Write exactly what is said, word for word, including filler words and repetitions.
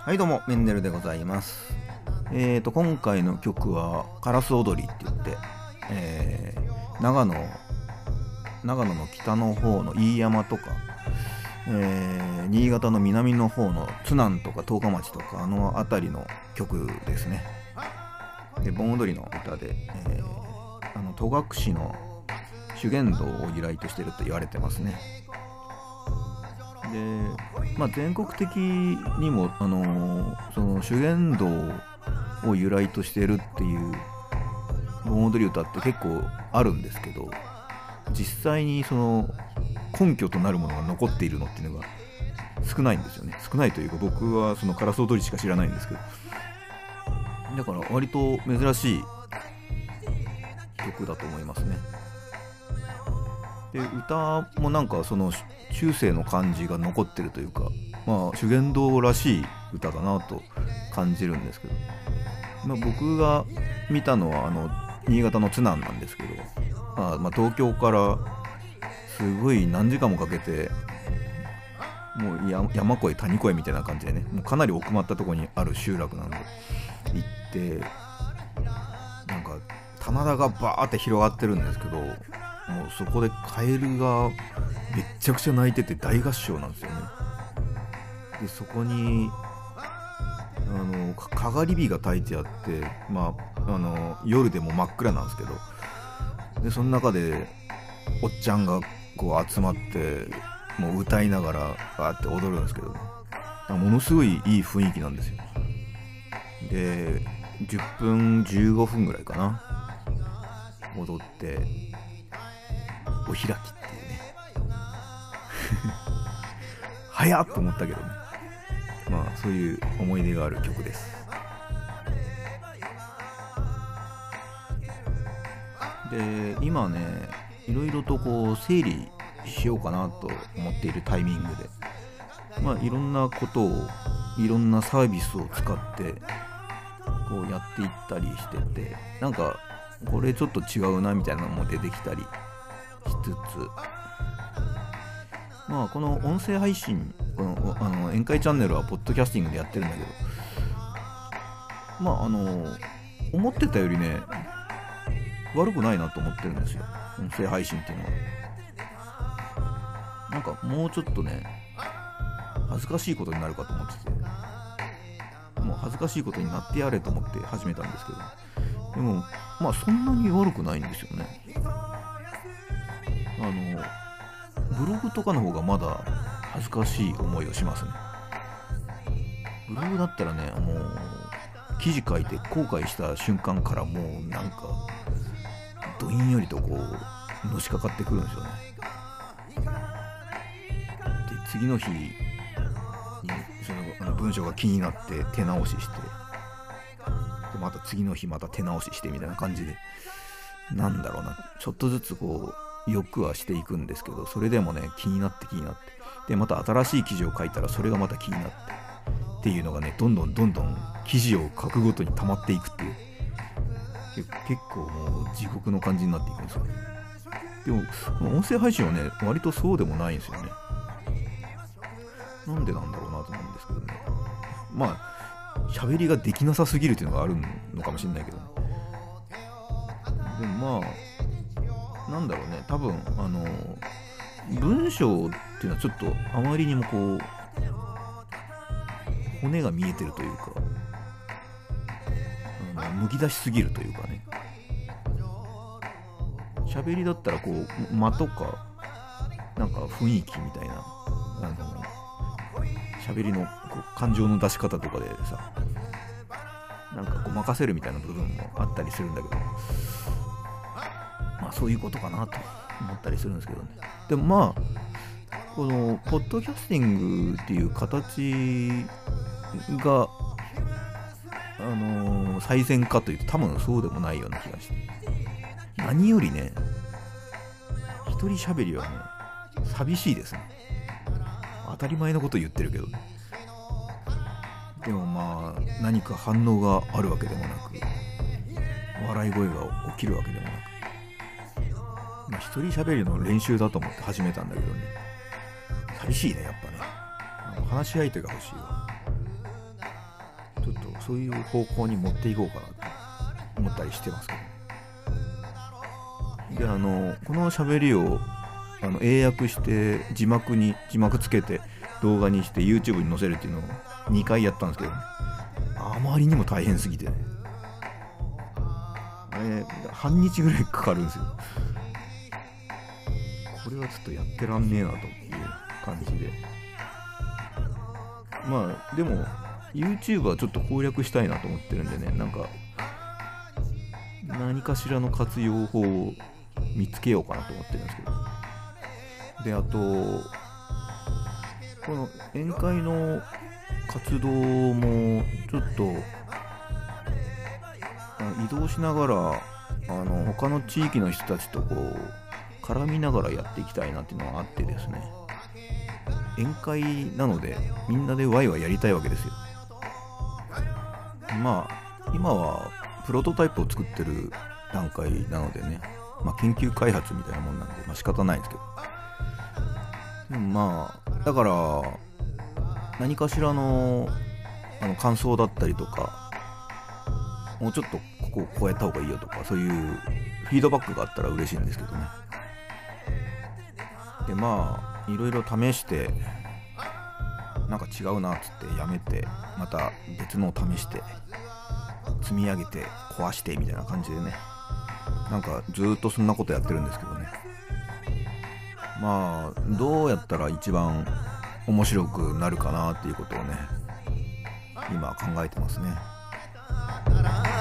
はいどうも、メンデルでございます。えーと、今回の曲は、カラス踊りって言って、えー、長野、長野の北の方の飯山とか、えー、新潟の南の方の津南とか十日町とか、あの辺りの曲ですね。で、盆踊りの歌で、えー、あの戸隠の修験道を由来としてると言われてますね。で、まあ、全国的にも、あのー、その修験道を由来としてるっていう盆踊り歌って結構あるんですけど、実際にその根拠となるものが残っているのっていうのが少ないんですよね。少ないというか、僕はそのカラス踊りしか知らないんですけど、だから割と珍しい曲だと思いますね。で、歌もなんかその中世の感じが残ってるというか、まあ修験道らしい歌だなと感じるんですけど、まあ、僕が見たのはあの新潟の津南なんですけど、まあ、まあ東京からすごい何時間もかけて、もうや山越え谷越えみたいな感じでね、もうかなり奥まったところにある集落なんで行って、なんか棚田がバーって広がってるんですけど、もうそこでカエルがめっちゃくちゃ鳴いてて大合唱なんですよね。で、そこにあのかがり火が焚いてあって、まあ、あの夜でも真っ暗なんですけど、でその中でおっちゃんがこう集まってもう歌いながらバーって踊るんですけど、ものすごいいい雰囲気なんですよ。でじゅっぷんじゅうごふんぐらいかな踊ってお開きっていうね早っと思ったけどね、まあそういう思い出がある曲です。で、今ね、いろいろとこう整理しようかなと思っているタイミングで、まあいろんなことを、いろんなサービスを使ってこうやっていったりしてて、なんかこれちょっと違うなみたいなのも出てきたりしつつ、まあこの音声配信、このあの宴会チャンネルはポッドキャスティングでやってるんだけど、まああの思ってたよりね悪くないなと思ってるんですよ、音声配信っていうのは。なんかもうちょっとね恥ずかしいことになるかと思ってて、もう恥ずかしいことになってやれと思って始めたんですけど、でもまあそんなに悪くないんですよね。あのブログとかの方がまだ恥ずかしい思いをしますね。ブログだったらね、もう記事書いて後悔した瞬間からもうなんかどんよりとこうのしかかってくるんですよね。で、次の日にそのあの文章が気になって手直しして、でまた次の日また手直ししてみたいな感じで、なんだろうな、ちょっとずつこう欲はしていくんですけど、それでもね気になって気になって、でまた新しい記事を書いたらそれがまた気になってっていうのがね、どんどんどんどん記事を書くごとに溜まっていくっていう、結構もう地獄の感じになっていくんですよ。でも音声配信はね割とそうでもないんですよね。なんでなんだろうなと思うんですけどね。まあ喋りができなさすぎるっていうのがあるのかもしれないけどね。でもまあなんだろうね、多分あの文章っていうのはちょっとあまりにもこう骨が見えてるというか、あのむき出しすぎるというかね。喋りだったらこう間とかなんか雰囲気みたいな、あの喋りのこう感情の出し方とかでさ、なんかこう任せるみたいな部分もあったりするんだけど、まあそういうことかなと思ったりするんですけどね。でもまあこのポッドキャスティングっていう形があのー、最善かというと多分そうでもないような気がして、何よりね一人喋りはね寂しいですね。当たり前のこと言ってるけどね。でもまあ何か反応があるわけでもなく、笑い声が起きるわけでもなく、まあ一人喋りの練習だと思って始めたんだけどね、寂しいねやっぱね。話し相手が欲しいわ。 そういう方向に持っていこうかなと思ったりしてますけど。であのこの喋りをあの英訳して字幕に字幕つけて動画にして YouTube に載せるっていうのをにかいやったんですけど、あまりにも大変すぎてね、えー、半日ぐらいかかるんですよ。これはちょっとやってらんねえなという感じで、まあでも YouTube はちょっと攻略したいなと思ってるんでね、なんか何かしらの活用法を見つけようかなと思ってるんですけど。であとこの宴会の活動もちょっと移動しながらあの他の地域の人たちとこう絡みながらやっていきたいなっていうのがあってですね、宴会なのでみんなでワイワイやりたいわけですよ。まあ今はプロトタイプを作ってる段階なのでね、まあ研究開発みたいなもんなんで、まあ仕方ないんですけど、でもまあだから何かしらのあの感想だったりとか、もうちょっとこここうやった方がいいよとか、そういうフィードバックがあったら嬉しいんですけどね。でまあいろいろ試してなんか違うなっつってやめて、また別のを試して積み上げて壊してみたいな感じでね、なんかずーっとそんなことやってるんですけどね。まあどうやったら一番面白くなるかなっていうことをね今考えてますね。